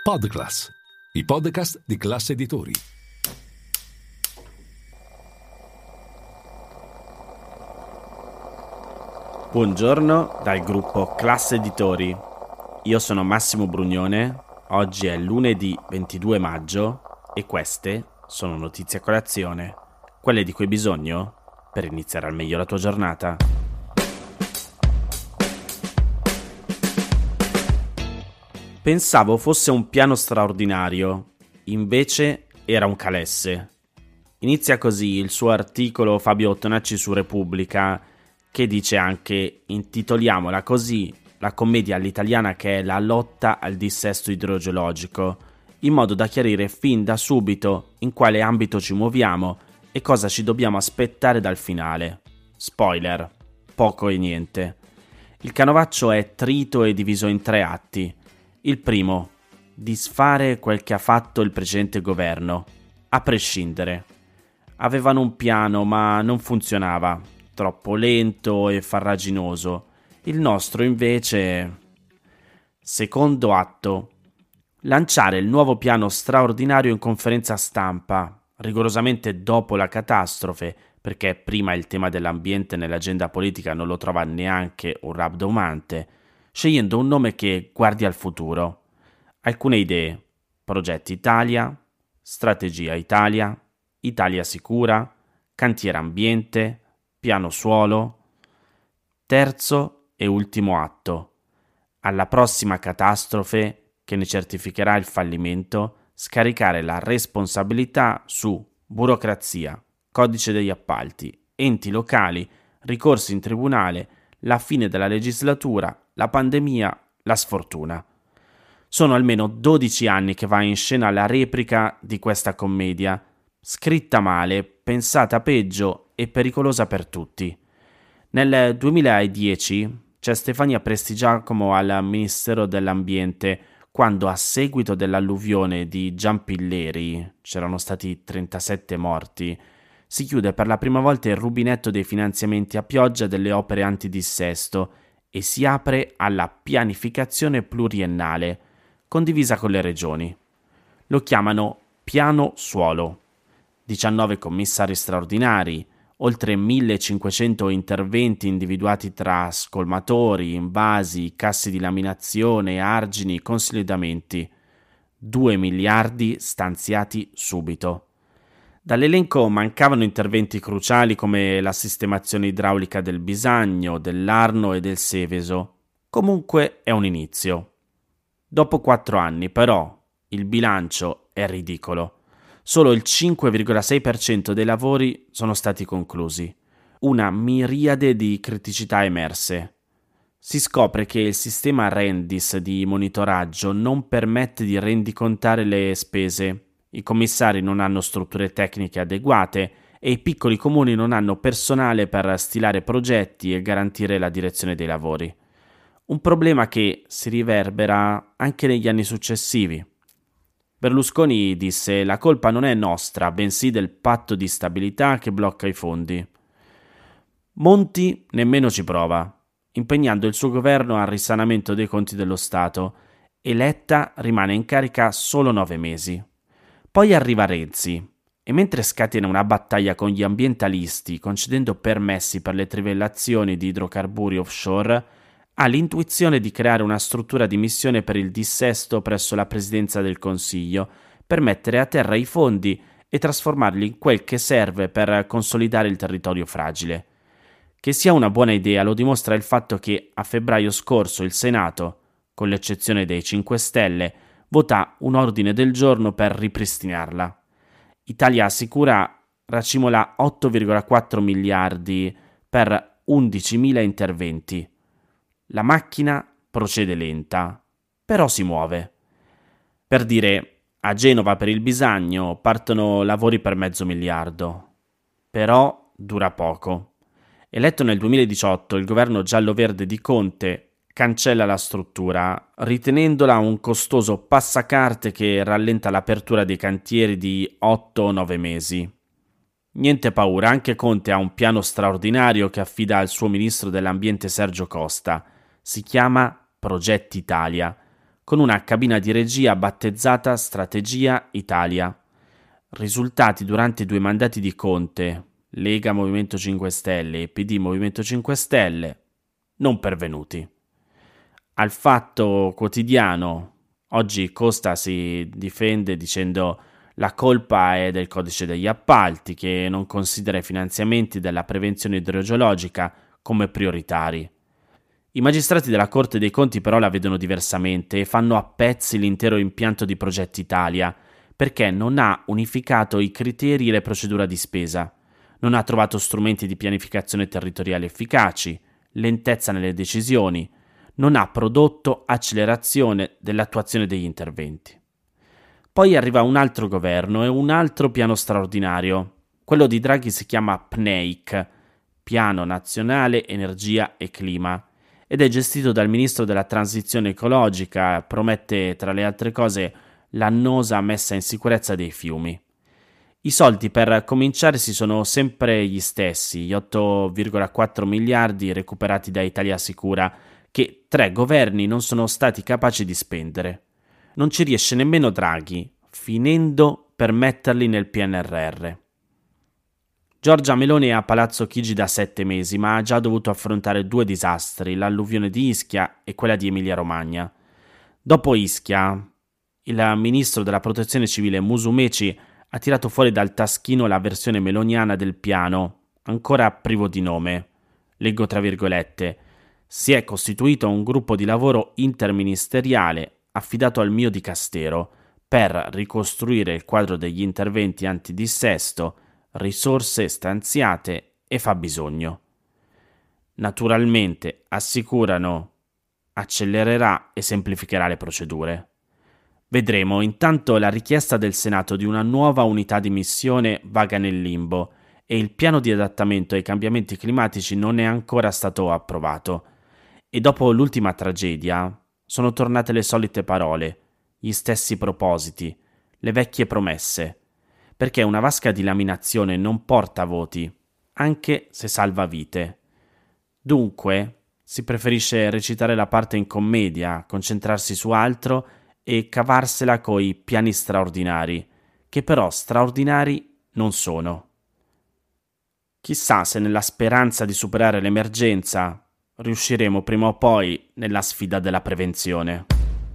Podclass, i podcast di Classe Editori. Buongiorno dal gruppo Classe Editori. Io sono Massimo Brugnone, oggi è lunedì 22 maggio e queste sono notizie a colazione, quelle di cui hai bisogno per iniziare al meglio la tua giornata. Pensavo fosse un piano straordinario, invece era un calesse. Inizia così il suo articolo Fabio Tonacci su Repubblica, che dice anche: intitoliamola così la commedia all'italiana che è la lotta al dissesto idrogeologico, in modo da chiarire fin da subito in quale ambito ci muoviamo e cosa ci dobbiamo aspettare dal finale. Spoiler, poco e niente. Il canovaccio è trito e diviso in 3 atti. Il primo, disfare quel che ha fatto il precedente governo, a prescindere. Avevano un piano ma non funzionava, troppo lento e farraginoso. Il nostro invece... Secondo atto, lanciare il nuovo piano straordinario in conferenza stampa, rigorosamente dopo la catastrofe, perché prima il tema dell'ambiente nell'agenda politica non lo trova neanche un rabdomante, scegliendo un nome che guardi al futuro. Alcune idee: Progetti Italia, Strategia Italia, Italia Sicura, Cantiere Ambiente, Piano Suolo. Terzo e ultimo atto: alla prossima catastrofe che ne certificherà il fallimento, scaricare la responsabilità su burocrazia, codice degli appalti, enti locali, ricorsi in tribunale, la fine della legislatura, la pandemia, la sfortuna. Sono almeno 12 anni che va in scena la replica di questa commedia, scritta male, pensata peggio e pericolosa per tutti. Nel 2010 c'è Stefania Prestigiacomo al Ministero dell'Ambiente quando, a seguito dell'alluvione di Giampilleri, c'erano stati 37 morti, si chiude per la prima volta il rubinetto dei finanziamenti a pioggia delle opere antidissesto e si apre alla pianificazione pluriennale, condivisa con le regioni. Lo chiamano Piano Suolo. 19 commissari straordinari, oltre 1500 interventi individuati tra scolmatori, invasi, cassi di laminazione, argini, consolidamenti. 2 miliardi stanziati subito. Dall'elenco mancavano interventi cruciali come la sistemazione idraulica del Bisagno, dell'Arno e del Seveso. Comunque è un inizio. Dopo 4 anni, però, il bilancio è ridicolo. Solo il 5,6% dei lavori sono stati conclusi. Una miriade di criticità emerse. Si scopre che il sistema Rendis di monitoraggio non permette di rendicontare le spese. I commissari non hanno strutture tecniche adeguate e i piccoli comuni non hanno personale per stilare progetti e garantire la direzione dei lavori. Un problema che si riverbera anche negli anni successivi. Berlusconi disse: la colpa non è nostra, bensì del patto di stabilità che blocca i fondi. Monti nemmeno ci prova, impegnando il suo governo al risanamento dei conti dello Stato, e Letta rimane in carica solo 9 mesi. Poi arriva Renzi, e mentre scatena una battaglia con gli ambientalisti concedendo permessi per le trivellazioni di idrocarburi offshore, ha l'intuizione di creare una struttura di missione per il dissesto presso la Presidenza del Consiglio, per mettere a terra i fondi e trasformarli in quel che serve per consolidare il territorio fragile. Che sia una buona idea lo dimostra il fatto che a febbraio scorso il Senato, con l'eccezione dei 5 Stelle, vota un ordine del giorno per ripristinarla. Italia Sicura racimola 8,4 miliardi per 11.000 interventi. La macchina procede lenta, però si muove. Per dire, a Genova per il Bisagno partono lavori per 500 milioni. Però dura poco. Eletto nel 2018, il governo giallo-verde di Conte cancella la struttura, ritenendola un costoso passacarte che rallenta l'apertura dei cantieri di 8 o 9 mesi. Niente paura, anche Conte ha un piano straordinario che affida al suo ministro dell'ambiente Sergio Costa. Si chiama Progetti Italia, con una cabina di regia battezzata Strategia Italia. Risultati durante i 2 mandati di Conte, Lega Movimento 5 Stelle e PD Movimento 5 Stelle, non pervenuti. Al Fatto Quotidiano, oggi Costa si difende dicendo la colpa è del codice degli appalti che non considera i finanziamenti della prevenzione idrogeologica come prioritari. I magistrati della Corte dei Conti però la vedono diversamente e fanno a pezzi l'intero impianto di Progetto Italia perché non ha unificato i criteri e le procedure di spesa, non ha trovato strumenti di pianificazione territoriale efficaci, lentezza nelle decisioni, non ha prodotto accelerazione dell'attuazione degli interventi. Poi arriva un altro governo e un altro piano straordinario. Quello di Draghi si chiama PNEIC, Piano Nazionale Energia e Clima, ed è gestito dal ministro della transizione ecologica, promette tra le altre cose l'annosa messa in sicurezza dei fiumi. I soldi per cominciare si sono sempre gli stessi, gli 8,4 miliardi recuperati da Italia Sicura, che 3 governi non sono stati capaci di spendere. Non ci riesce nemmeno Draghi, finendo per metterli nel PNRR. Giorgia Meloni è a Palazzo Chigi da 7 mesi, ma ha già dovuto affrontare 2 disastri, l'alluvione di Ischia e quella di Emilia-Romagna. Dopo Ischia, il ministro della Protezione Civile Musumeci ha tirato fuori dal taschino la versione meloniana del piano, ancora privo di nome. Leggo tra virgolette: si è costituito un gruppo di lavoro interministeriale affidato al mio dicastero per ricostruire il quadro degli interventi antidissesto, risorse stanziate e fabbisogno. Naturalmente, assicurano, accelererà e semplificherà le procedure. Vedremo. Intanto la richiesta del Senato di una nuova unità di missione vaga nel limbo e il piano di adattamento ai cambiamenti climatici non è ancora stato approvato. E dopo l'ultima tragedia sono tornate le solite parole, gli stessi propositi, le vecchie promesse, perché una vasca di laminazione non porta voti, anche se salva vite. Dunque, si preferisce recitare la parte in commedia, concentrarsi su altro e cavarsela coi piani straordinari, che però straordinari non sono. Chissà se nella speranza di superare l'emergenza riusciremo prima o poi nella sfida della prevenzione.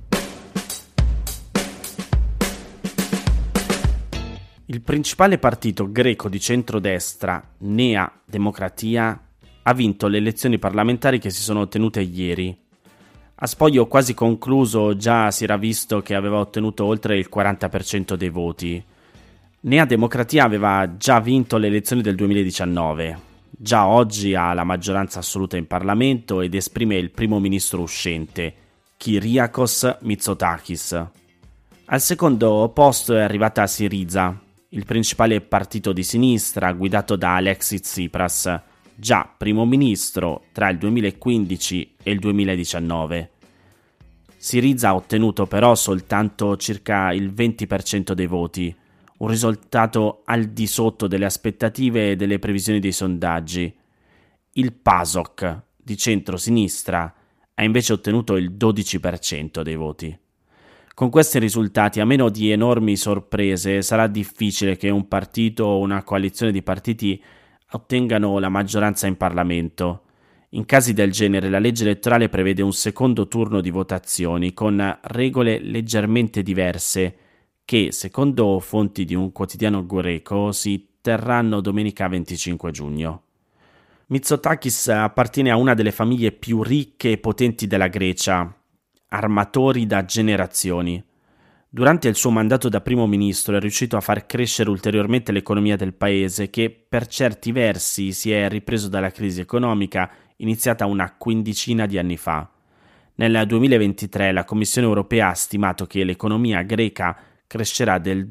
Il principale partito greco di centrodestra, Nea Demokratia, ha vinto le elezioni parlamentari che si sono tenute ieri. A spoglio quasi concluso già si era visto che aveva ottenuto oltre il 40% dei voti. Nea Demokratia aveva già vinto le elezioni del 2019. Già oggi ha la maggioranza assoluta in Parlamento ed esprime il primo ministro uscente, Kyriakos Mitsotakis. Al secondo posto è arrivata Syriza, il principale partito di sinistra guidato da Alexis Tsipras, già primo ministro tra il 2015 e il 2019. Syriza ha ottenuto però soltanto circa il 20% dei voti, un risultato al di sotto delle aspettative e delle previsioni dei sondaggi. Il PASOK, di centro-sinistra, ha invece ottenuto il 12% dei voti. Con questi risultati, a meno di enormi sorprese, sarà difficile che un partito o una coalizione di partiti ottengano la maggioranza in Parlamento. In casi del genere la legge elettorale prevede un secondo turno di votazioni con regole leggermente diverse che, secondo fonti di un quotidiano greco, si terranno domenica 25 giugno. Mitsotakis appartiene a una delle famiglie più ricche e potenti della Grecia, armatori da generazioni. Durante il suo mandato da primo ministro è riuscito a far crescere ulteriormente l'economia del paese che per certi versi si è ripreso dalla crisi economica iniziata una quindicina di anni fa. Nel 2023 la Commissione europea ha stimato che l'economia greca crescerà del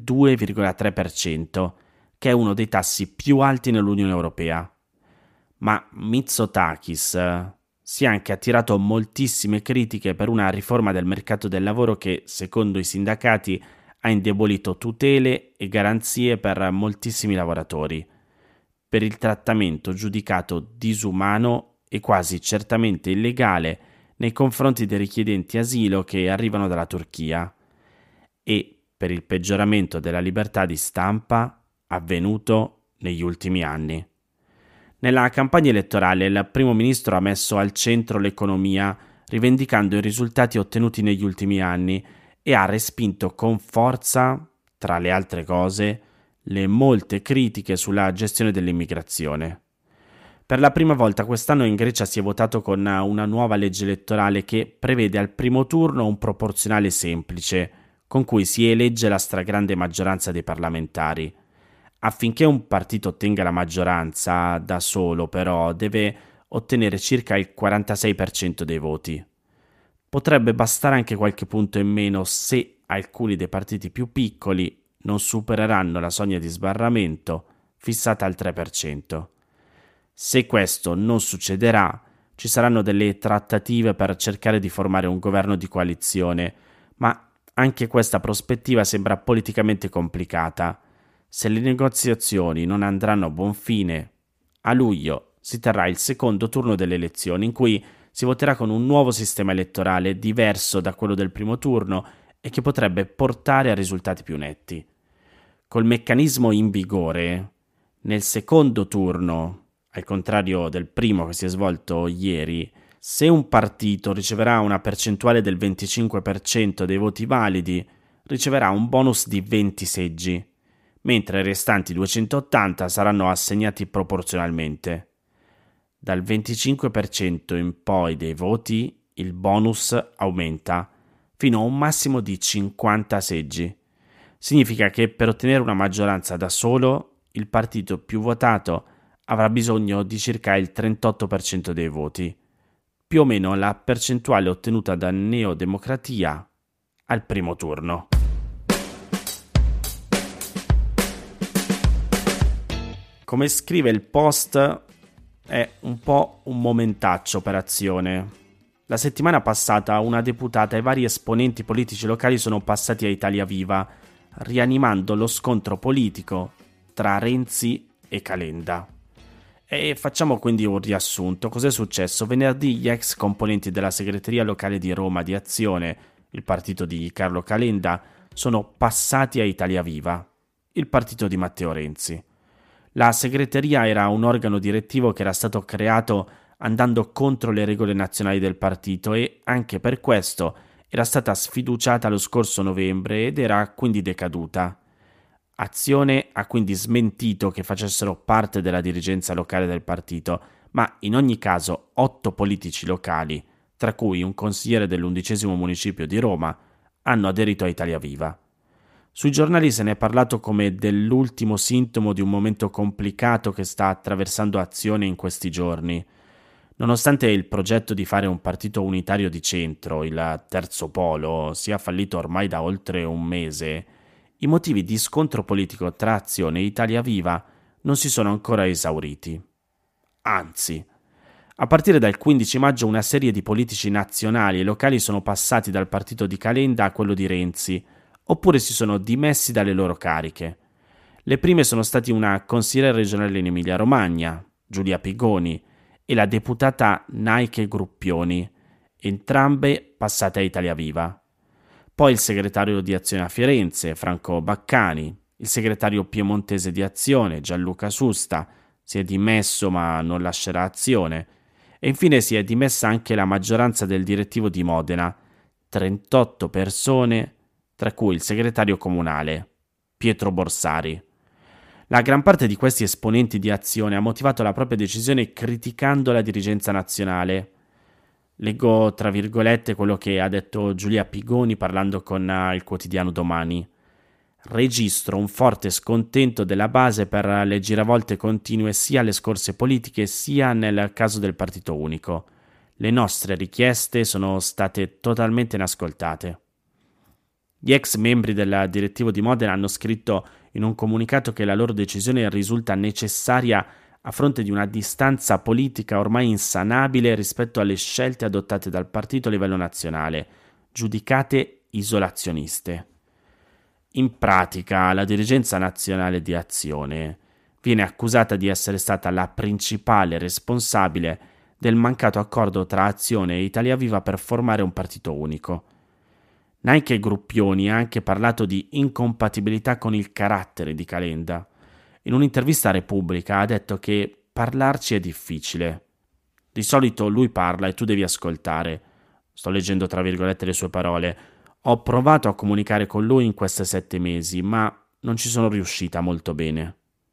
2,3%, che è uno dei tassi più alti nell'Unione Europea. Ma Mitsotakis si è anche attirato moltissime critiche per una riforma del mercato del lavoro che, secondo i sindacati, ha indebolito tutele e garanzie per moltissimi lavoratori, per il trattamento giudicato disumano e quasi certamente illegale nei confronti dei richiedenti asilo che arrivano dalla Turchia e per il peggioramento della libertà di stampa avvenuto negli ultimi anni. Nella campagna elettorale il primo ministro ha messo al centro l'economia, rivendicando i risultati ottenuti negli ultimi anni e ha respinto con forza, tra le altre cose, le molte critiche sulla gestione dell'immigrazione. Per la prima volta quest'anno in Grecia si è votato con una nuova legge elettorale che prevede al primo turno un proporzionale semplice, con cui si elegge la stragrande maggioranza dei parlamentari. Affinché un partito ottenga la maggioranza, da solo però deve ottenere circa il 46% dei voti. Potrebbe bastare anche qualche punto in meno se alcuni dei partiti più piccoli non supereranno la soglia di sbarramento fissata al 3%. Se questo non succederà, ci saranno delle trattative per cercare di formare un governo di coalizione, ma anche questa prospettiva sembra politicamente complicata. Se le negoziazioni non andranno a buon fine, a luglio si terrà il secondo turno delle elezioni in cui si voterà con un nuovo sistema elettorale diverso da quello del primo turno e che potrebbe portare a risultati più netti. Col meccanismo in vigore, nel secondo turno, al contrario del primo che si è svolto ieri, se un partito riceverà una percentuale del 25% dei voti validi, riceverà un bonus di 20 seggi, mentre i restanti 280 saranno assegnati proporzionalmente. Dal 25% in poi dei voti il bonus aumenta fino a un massimo di 50 seggi. Significa che per ottenere una maggioranza da solo, il partito più votato avrà bisogno di circa il 38% dei voti, più o meno la percentuale ottenuta da Neodemocratia al primo turno. Come scrive il Post, è un po' un momentaccio operazione. La settimana passata una deputata e vari esponenti politici locali sono passati a Italia Viva, rianimando lo scontro politico tra Renzi e Calenda. E facciamo quindi un riassunto. Cos'è successo? Venerdì gli ex componenti della segreteria locale di Roma di Azione, il partito di Carlo Calenda, sono passati a Italia Viva, il partito di Matteo Renzi. La segreteria era un organo direttivo che era stato creato andando contro le regole nazionali del partito e anche per questo era stata sfiduciata lo scorso novembre ed era quindi decaduta. Azione ha quindi smentito che facessero parte della dirigenza locale del partito, ma in ogni caso 8 politici locali, tra cui un consigliere dell'11° municipio di Roma, hanno aderito a Italia Viva. Sui giornali se ne è parlato come dell'ultimo sintomo di un momento complicato che sta attraversando Azione in questi giorni. Nonostante il progetto di fare un partito unitario di centro, il terzo polo, sia fallito ormai da oltre un mese, i motivi di scontro politico tra Azione e Italia Viva non si sono ancora esauriti. Anzi, a partire dal 15 maggio una serie di politici nazionali e locali sono passati dal partito di Calenda a quello di Renzi, oppure si sono dimessi dalle loro cariche. Le prime sono stati una consigliera regionale in Emilia-Romagna, Giulia Pigoni, e la deputata Naike Gruppioni, entrambe passate a Italia Viva. Poi il segretario di Azione a Firenze, Franco Baccani, il segretario piemontese di Azione, Gianluca Susta, si è dimesso ma non lascerà Azione, e infine si è dimessa anche la maggioranza del direttivo di Modena, 38 persone, tra cui il segretario comunale, Pietro Borsari. La gran parte di questi esponenti di Azione ha motivato la propria decisione criticando la dirigenza nazionale. Leggo tra virgolette quello che ha detto Giulia Pigoni parlando con il quotidiano Domani. Registro un forte scontento della base per le giravolte continue sia alle scorse politiche sia nel caso del partito unico. Le nostre richieste sono state totalmente inascoltate. Gli ex membri del direttivo di Modena hanno scritto in un comunicato che la loro decisione risulta necessaria a fronte di una distanza politica ormai insanabile rispetto alle scelte adottate dal partito a livello nazionale, giudicate isolazioniste. In pratica, la dirigenza nazionale di Azione viene accusata di essere stata la principale responsabile del mancato accordo tra Azione e Italia Viva per formare un partito unico. Neanche Gruppioni ha anche parlato di incompatibilità con il carattere di Calenda. In un'intervista a Repubblica ha detto che parlarci è difficile. Di solito lui parla e tu devi ascoltare. Sto leggendo tra virgolette le sue parole. Ho provato a comunicare con lui in questi 7 mesi, ma non ci sono riuscita molto bene.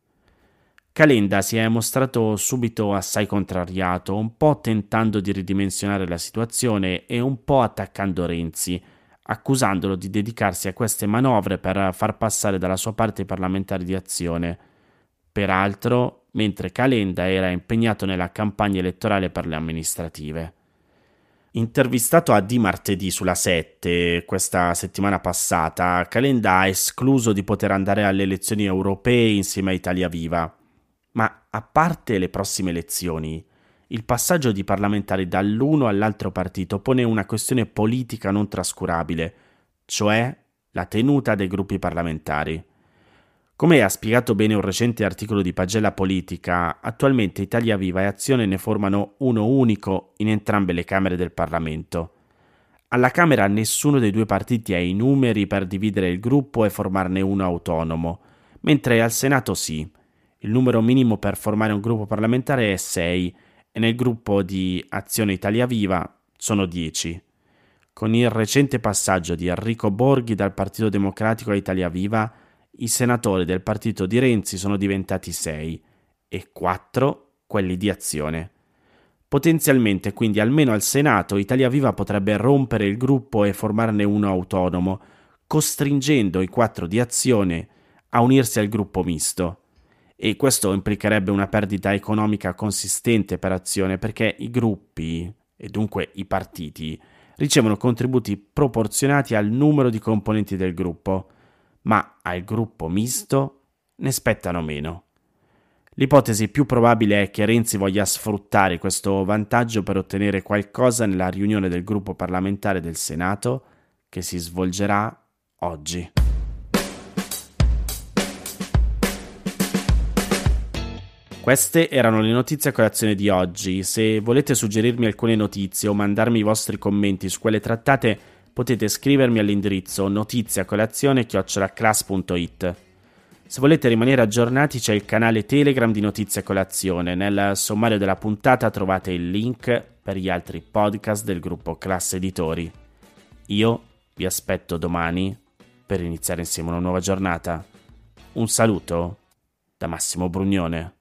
Calenda si è mostrato subito assai contrariato, un po' tentando di ridimensionare la situazione e un po' attaccando Renzi, accusandolo di dedicarsi a queste manovre per far passare dalla sua parte i parlamentari di Azione. Peraltro, mentre Calenda era impegnato nella campagna elettorale per le amministrative. Intervistato a Di Martedì sulla 7 questa settimana passata, Calenda ha escluso di poter andare alle elezioni europee insieme a Italia Viva. Ma a parte le prossime elezioni, il passaggio di parlamentari dall'uno all'altro partito pone una questione politica non trascurabile, cioè la tenuta dei gruppi parlamentari. Come ha spiegato bene un recente articolo di Pagella Politica, attualmente Italia Viva e Azione ne formano uno unico in entrambe le Camere del Parlamento. Alla Camera nessuno dei due partiti ha i numeri per dividere il gruppo e formarne uno autonomo, mentre al Senato sì. Il numero minimo per formare un gruppo parlamentare è 6 e nel gruppo di Azione Italia Viva sono 10. Con il recente passaggio di Enrico Borghi dal Partito Democratico a Italia Viva, i senatori del partito di Renzi sono diventati 6 e 4 quelli di Azione. Potenzialmente, quindi, almeno al Senato, Italia Viva potrebbe rompere il gruppo e formarne uno autonomo, costringendo i 4 di Azione a unirsi al gruppo misto. E questo implicherebbe una perdita economica consistente per Azione, perché i gruppi, e dunque i partiti, ricevono contributi proporzionati al numero di componenti del gruppo, ma al gruppo misto ne spettano meno. L'ipotesi più probabile è che Renzi voglia sfruttare questo vantaggio per ottenere qualcosa nella riunione del gruppo parlamentare del Senato che si svolgerà oggi. Queste erano le notizie a colazione di oggi. Se volete suggerirmi alcune notizie o mandarmi i vostri commenti su quelle trattate, potete scrivermi all'indirizzo notiziacolazione@class.it. Se volete rimanere aggiornati c'è il canale Telegram di Notizie a Colazione. Nel sommario della puntata trovate il link per gli altri podcast del gruppo Class Editori. Io vi aspetto domani per iniziare insieme una nuova giornata. Un saluto da Massimo Brugnone.